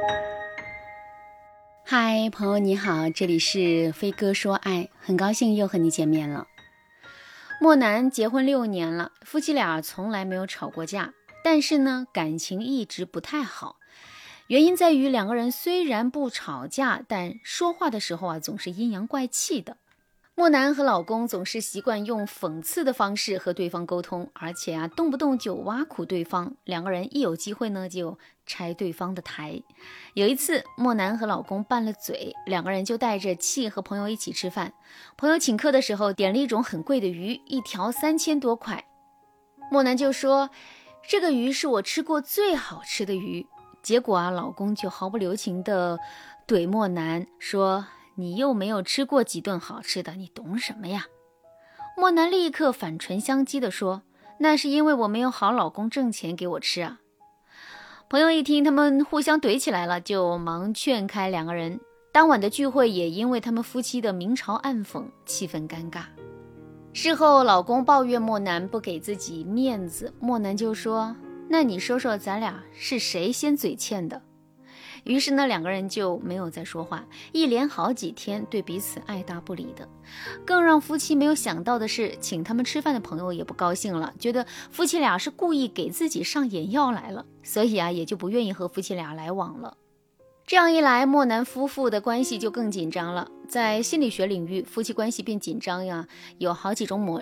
嗨，朋友你好，这里是飞哥说爱，很高兴又和你见面了。莫南结婚6年了，夫妻俩从来没有吵过架，但是呢，感情一直不太好。原因在于两个人虽然不吵架，但说话的时候总是阴阳怪气的。莫南和老公总是习惯用讽刺的方式和对方沟通，而且动不动就挖苦对方，两个人一有机会呢就拆对方的台。有一次莫南和老公拌了嘴，两个人就带着气和朋友一起吃饭。朋友请客的时候点了一种很贵的鱼，一条3000多块。莫南就说这个鱼是我吃过最好吃的鱼，结果老公就毫不留情地怼莫南说，你又没有吃过几顿好吃的，你懂什么呀？莫南立刻反唇相讥地说，那是因为我没有好老公挣钱给我吃啊。朋友一听他们互相怼起来了，就忙劝开两个人。当晚的聚会也因为他们夫妻的明嘲暗讽，气氛尴尬。事后老公抱怨莫南不给自己面子，莫南就说，那你说说咱俩是谁先嘴欠的？于是呢，两个人就没有再说话，一连好几天对彼此爱答不理的。更让夫妻没有想到的是，请他们吃饭的朋友也不高兴了，觉得夫妻俩是故意给自己上眼药来了，所以也就不愿意和夫妻俩来往了。这样一来，莫南夫妇的关系就更紧张了。在心理学领域，夫妻关系变紧张有好几种模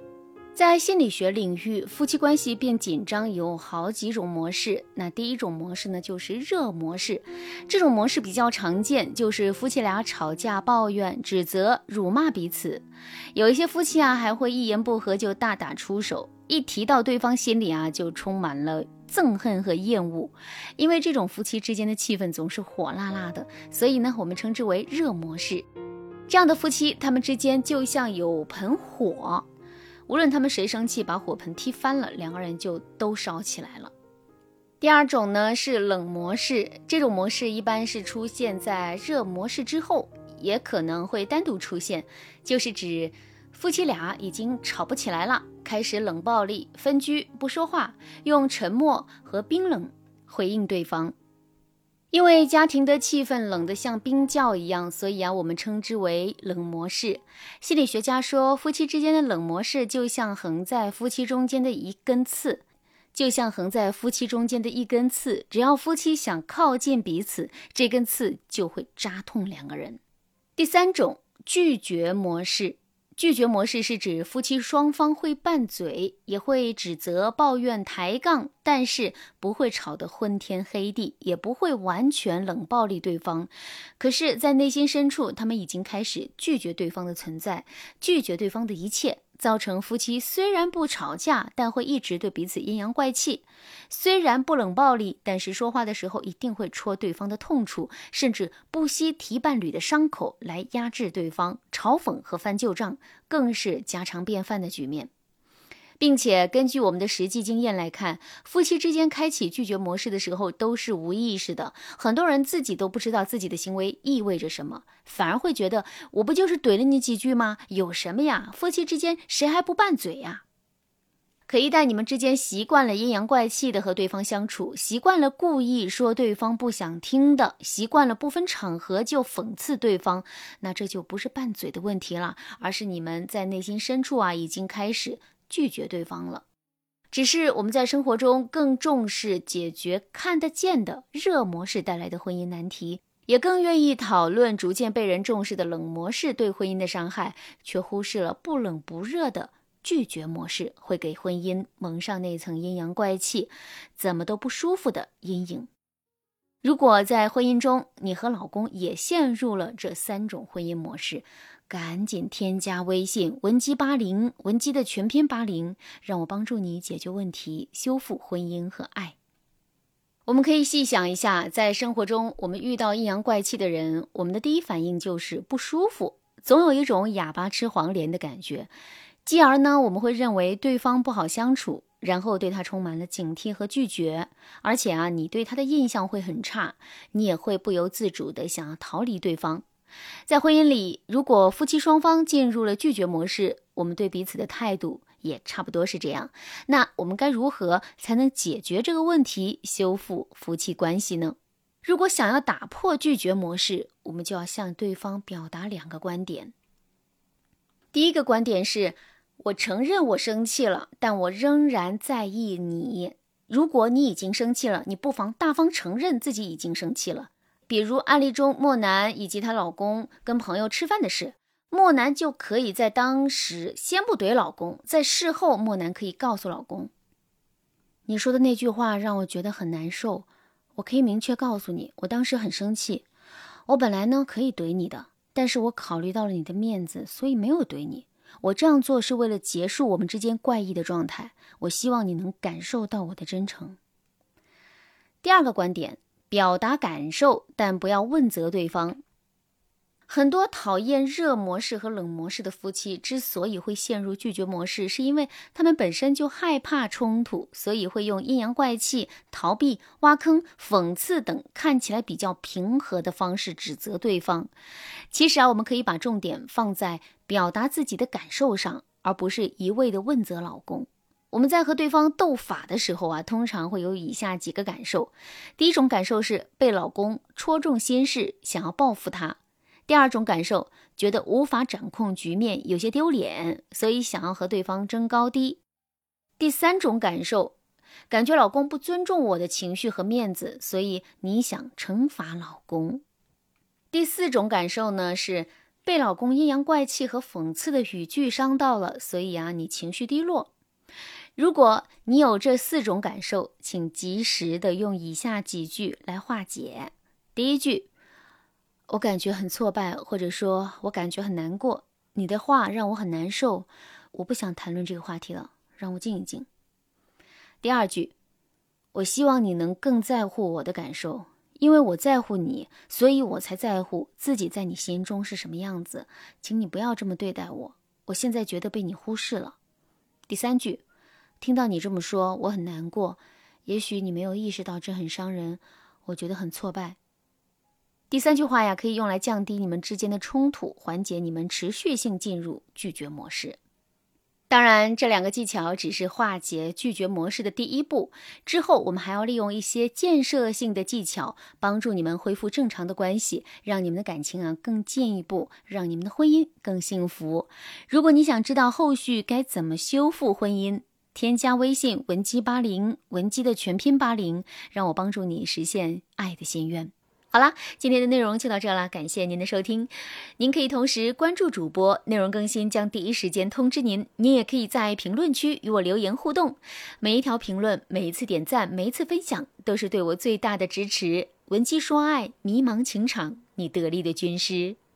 式。那第一种模式呢，就是热模式。这种模式比较常见，就是夫妻俩吵架、抱怨、指责、辱骂彼此。有一些夫妻还会一言不合就大打出手，一提到对方心里就充满了憎恨和厌恶。因为这种夫妻之间的气氛总是火辣辣的，所以呢，我们称之为热模式。这样的夫妻，他们之间就像有盆火，无论他们谁生气把火盆踢翻了，两个人就都烧起来了。第二种呢是冷模式，这种模式一般是出现在热模式之后，也可能会单独出现，就是指夫妻俩已经吵不起来了，开始冷暴力，分居不说话，用沉默和冰冷回应对方。因为家庭的气氛冷得像冰窖一样，所以我们称之为冷模式。心理学家说，夫妻之间的冷模式就像横在夫妻中间的一根刺，只要夫妻想靠近彼此，这根刺就会扎痛两个人。第三种，拒绝模式。拒绝模式是指夫妻双方会拌嘴，也会指责、抱怨、抬杠，但是不会吵得昏天黑地，也不会完全冷暴力对方。可是在内心深处，他们已经开始拒绝对方的存在，拒绝对方的一切，造成夫妻虽然不吵架，但会一直对彼此阴阳怪气。虽然不冷暴力，但是说话的时候一定会戳对方的痛处，甚至不惜提伴侣的伤口来压制对方，嘲讽和翻旧账更是家常便饭的局面。并且根据我们的实际经验来看，夫妻之间开启拒绝模式的时候都是无意识的，很多人自己都不知道自己的行为意味着什么，反而会觉得我不就是怼了你几句吗？有什么呀？夫妻之间谁还不拌嘴呀？可一旦你们之间习惯了阴阳怪气的和对方相处，习惯了故意说对方不想听的，习惯了不分场合就讽刺对方，那这就不是拌嘴的问题了，而是你们在内心深处已经开始拒绝对方了。只是我们在生活中更重视解决看得见的热模式带来的婚姻难题，也更愿意讨论逐渐被人重视的冷模式对婚姻的伤害，却忽视了不冷不热的拒绝模式会给婚姻蒙上那层阴阳怪气、怎么都不舒服的阴影。如果在婚姻中你和老公也陷入了这3种婚姻模式，赶紧添加微信文姬80，文姬的全拼80，让我帮助你解决问题，修复婚姻和爱。我们可以细想一下，在生活中我们遇到阴阳怪气的人，我们的第一反应就是不舒服，总有一种哑巴吃黄连的感觉。继而呢，我们会认为对方不好相处，然后对他充满了警惕和拒绝，而且你对他的印象会很差，你也会不由自主地想要逃离对方。在婚姻里，如果夫妻双方进入了拒绝模式，我们对彼此的态度也差不多是这样。那我们该如何才能解决这个问题，修复夫妻关系呢？ 如果想要打破拒绝模式，我们就要向对方表达2个观点。第一个观点是，我承认我生气了，但我仍然在意你。如果你已经生气了，你不妨大方承认自己已经生气了。比如案例中莫南以及她老公跟朋友吃饭的事，莫南就可以在当时先不怼老公，在事后莫南可以告诉老公，你说的那句话让我觉得很难受，我可以明确告诉你，我当时很生气，我本来呢可以怼你的，但是我考虑到了你的面子，所以没有怼你。我这样做是为了结束我们之间怪异的状态，我希望你能感受到我的真诚。第2个观点，表达感受，但不要问责对方。很多讨厌热模式和冷模式的夫妻之所以会陷入拒绝模式，是因为他们本身就害怕冲突，所以会用阴阳怪气、逃避、挖坑、讽刺等看起来比较平和的方式指责对方。其实我们可以把重点放在表达自己的感受上，而不是一味的问责老公。我们在和对方斗法的时候通常会有以下几个感受。第一种感受是被老公戳中心事，想要报复他。第2种感受，觉得无法掌控局面，有些丢脸，所以想要和对方争高低。第3种感受，感觉老公不尊重我的情绪和面子，所以你想惩罚老公。第4种感受呢，是被老公阴阳怪气和讽刺的语句伤到了，所以你情绪低落。如果你有这4种感受，请及时的用以下几句来化解。第1句，我感觉很挫败，或者说我感觉很难过，你的话让我很难受，我不想谈论这个话题了，让我静一静。第2句，我希望你能更在乎我的感受，因为我在乎你，所以我才在乎自己在你心中是什么样子，请你不要这么对待我，我现在觉得被你忽视了。第3句，听到你这么说，我很难过，也许你没有意识到这很伤人，我觉得很挫败。第3句话可以用来降低你们之间的冲突，缓解你们持续性进入拒绝模式。当然，这2个技巧只是化解拒绝模式的第1步，之后我们还要利用一些建设性的技巧，帮助你们恢复正常的关系，让你们的感情更进一步，让你们的婚姻更幸福。如果你想知道后续该怎么修复婚姻，添加微信文姬80，文姬的全拼80，让我帮助你实现爱的心愿。好啦，今天的内容就到这了，感谢您的收听。您可以同时关注主播，内容更新将第一时间通知您。您也可以在评论区与我留言互动，每一条评论、每一次点赞、每一次分享，都是对我最大的支持。文姬说爱，迷茫情场，你得力的军师。